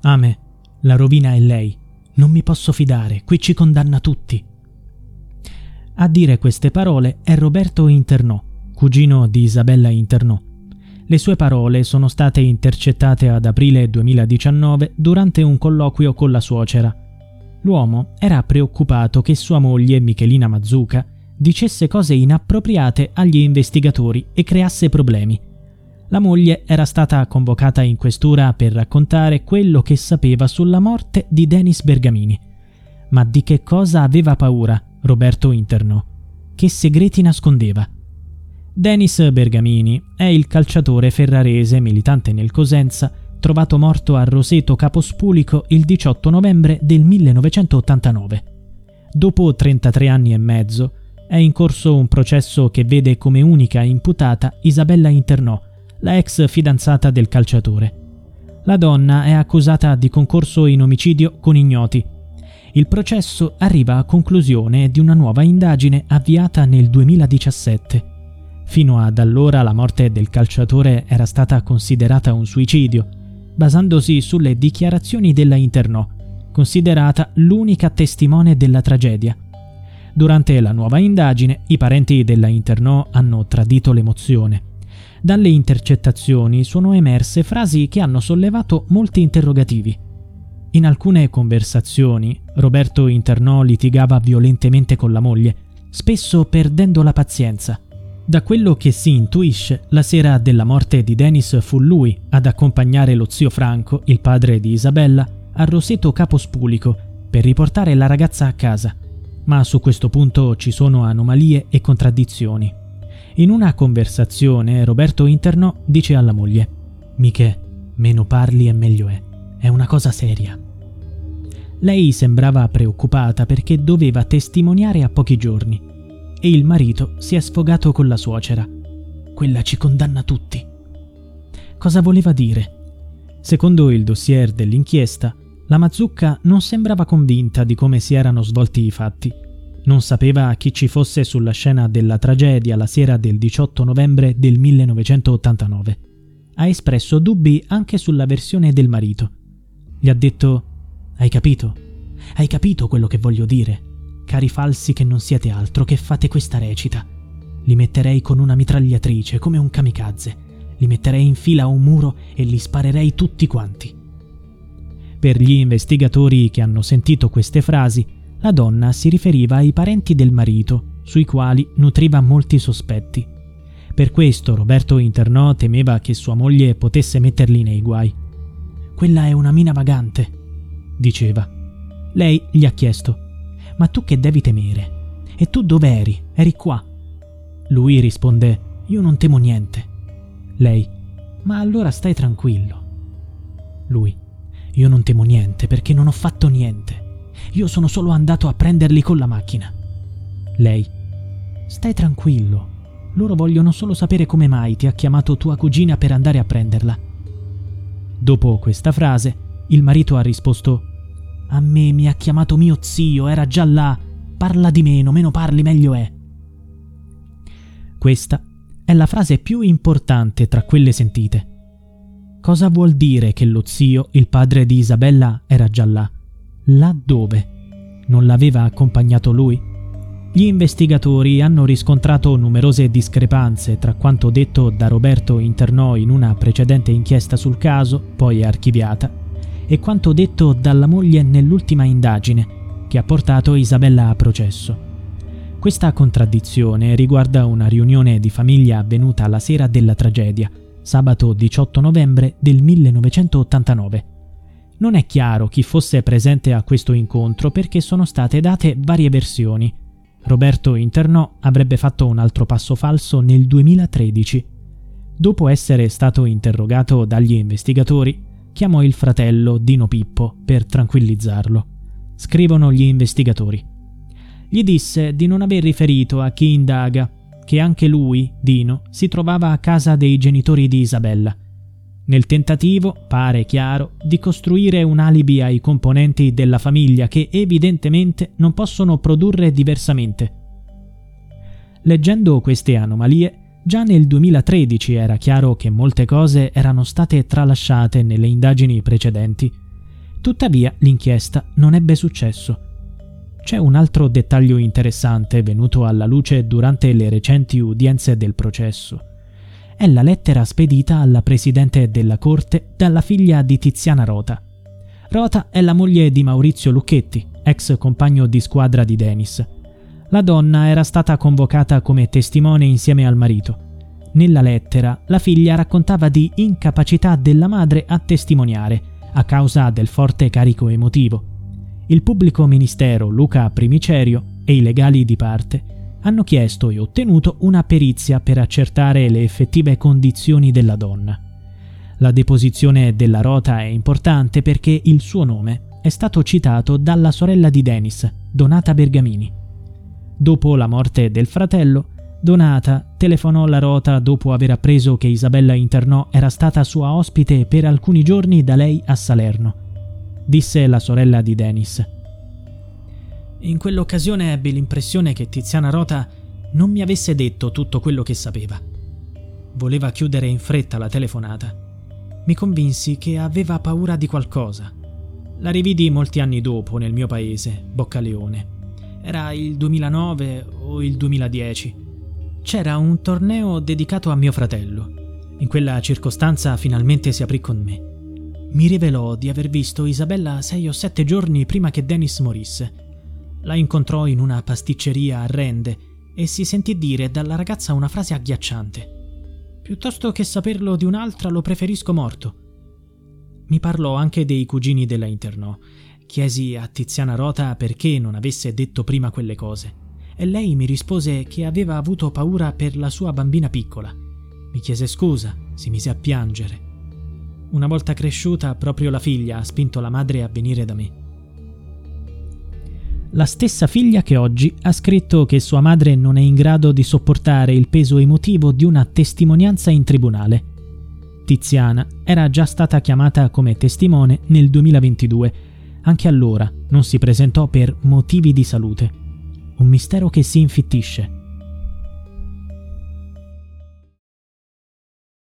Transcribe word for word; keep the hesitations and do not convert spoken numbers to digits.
Ame, la rovina è lei. Non mi posso fidare, qui ci condanna tutti. A dire queste parole è Roberto Internò, cugino di Isabella Internò. Le sue parole sono state intercettate ad aprile duemiladiciannove durante un colloquio con la suocera. L'uomo era preoccupato che sua moglie, Michelina Mazzuca, dicesse cose inappropriate agli investigatori e creasse problemi. La moglie era stata convocata in questura per raccontare quello che sapeva sulla morte di Denis Bergamini. Ma di che cosa aveva paura Roberto Internò? Che segreti nascondeva? Denis Bergamini è il calciatore ferrarese militante nel Cosenza, trovato morto a Roseto Capospulico il diciotto novembre del millenovecentottantanove. Dopo trentatré anni e mezzo è in corso un processo che vede come unica imputata Isabella Internò, la ex fidanzata del calciatore. La donna è accusata di concorso in omicidio con ignoti. Il processo arriva a conclusione di una nuova indagine avviata nel duemiladiciassette. Fino ad allora la morte del calciatore era stata considerata un suicidio, basandosi sulle dichiarazioni della Internò, considerata l'unica testimone della tragedia. Durante la nuova indagine, i parenti della Internò hanno tradito l'emozione. Dalle intercettazioni sono emerse frasi che hanno sollevato molti interrogativi. In alcune conversazioni, Roberto Internò litigava violentemente con la moglie, spesso perdendo la pazienza. Da quello che si intuisce, la sera della morte di Denis fu lui ad accompagnare lo zio Franco, il padre di Isabella, a Roseto Capospulico per riportare la ragazza a casa. Ma su questo punto ci sono anomalie e contraddizioni. In una conversazione, Roberto Internò dice alla moglie: «Miche, meno parli e meglio è. È una cosa seria». Lei sembrava preoccupata perché doveva testimoniare a pochi giorni e il marito si è sfogato con la suocera. «Quella ci condanna tutti». Cosa voleva dire? Secondo il dossier dell'inchiesta, la Mazzucca non sembrava convinta di come si erano svolti i fatti. Non sapeva chi ci fosse sulla scena della tragedia la sera del diciotto novembre del millenovecentottantanove. Ha espresso dubbi anche sulla versione del marito. Gli ha detto: «Hai capito? Hai capito quello che voglio dire? Cari falsi che non siete altro, che fate questa recita. Li metterei con una mitragliatrice, come un kamikaze. Li metterei in fila a un muro e li sparerei tutti quanti». Per gli investigatori che hanno sentito queste frasi, la donna si riferiva ai parenti del marito, sui quali nutriva molti sospetti. Per questo Roberto Internò temeva che sua moglie potesse metterli nei guai. «Quella è una mina vagante», diceva. Lei gli ha chiesto: «Ma tu che devi temere? E tu dove eri? Eri qua?» Lui risponde: «Io non temo niente». Lei: «Ma allora stai tranquillo». Lui: «Io non temo niente perché non ho fatto niente. Io sono solo andato a prenderli con la macchina». Lei: «Stai tranquillo. Loro vogliono solo sapere come mai ti ha chiamato tua cugina per andare a prenderla». Dopo questa frase, il marito ha risposto: «A me mi ha chiamato mio zio, era già là. Parla di meno, meno parli meglio è». Questa è la frase più importante tra quelle sentite. Cosa vuol dire che lo zio, il padre di Isabella, era già là? Là dove? Non l'aveva accompagnato lui? Gli investigatori hanno riscontrato numerose discrepanze tra quanto detto da Roberto Internò in una precedente inchiesta sul caso, poi archiviata, e quanto detto dalla moglie nell'ultima indagine, che ha portato Isabella a processo. Questa contraddizione riguarda una riunione di famiglia avvenuta la sera della tragedia, sabato diciotto novembre del millenovecentottantanove. Non è chiaro chi fosse presente a questo incontro perché sono state date varie versioni. Roberto Internò avrebbe fatto un altro passo falso nel duemilatredici. Dopo essere stato interrogato dagli investigatori, chiamò il fratello Dino Pippo per tranquillizzarlo. Scrivono gli investigatori. Gli disse di non aver riferito a chi indaga che anche lui, Dino, si trovava a casa dei genitori di Isabella, nel tentativo, pare chiaro, di costruire un alibi ai componenti della famiglia che evidentemente non possono produrre diversamente. Leggendo queste anomalie, già nel duemilatredici era chiaro che molte cose erano state tralasciate nelle indagini precedenti. Tuttavia l'inchiesta non ebbe successo. C'è un altro dettaglio interessante venuto alla luce durante le recenti udienze del processo. È la lettera spedita alla presidente della corte dalla figlia di Tiziana Rota. Rota è la moglie di Maurizio Lucchetti, ex compagno di squadra di Denis. La donna era stata convocata come testimone insieme al marito. Nella lettera la figlia raccontava di incapacità della madre a testimoniare a causa del forte carico emotivo. Il pubblico ministero Luca Primicerio e i legali di parte hanno chiesto e ottenuto una perizia per accertare le effettive condizioni della donna. La deposizione della Rota è importante perché il suo nome è stato citato dalla sorella di Denis, Donata Bergamini. Dopo la morte del fratello, Donata telefonò alla Rota dopo aver appreso che Isabella Internò era stata sua ospite per alcuni giorni da lei a Salerno. Disse la sorella di Denis: in quell'occasione ebbi l'impressione che Tiziana Rota non mi avesse detto tutto quello che sapeva. Voleva chiudere in fretta la telefonata. Mi convinsi che aveva paura di qualcosa. La rividi molti anni dopo nel mio paese, Boccaleone. Era il duemilanove o il duemiladieci. C'era un torneo dedicato a mio fratello. In quella circostanza finalmente si aprì con me. Mi rivelò di aver visto Isabella sei o sette giorni prima che Denis morisse. La incontrò in una pasticceria a Rende e si sentì dire dalla ragazza una frase agghiacciante: piuttosto che saperlo di un'altra lo preferisco morto. Mi parlò anche dei cugini della Internò. Chiesi a Tiziana Rota perché non avesse detto prima quelle cose e lei mi rispose che aveva avuto paura per la sua bambina piccola. Mi chiese scusa, si mise a piangere. Una volta cresciuta, proprio la figlia ha spinto la madre a venire da me. La stessa figlia che oggi ha scritto che sua madre non è in grado di sopportare il peso emotivo di una testimonianza in tribunale. Tiziana era già stata chiamata come testimone nel duemilaventidue. Anche allora non si presentò per motivi di salute. Un mistero che si infittisce.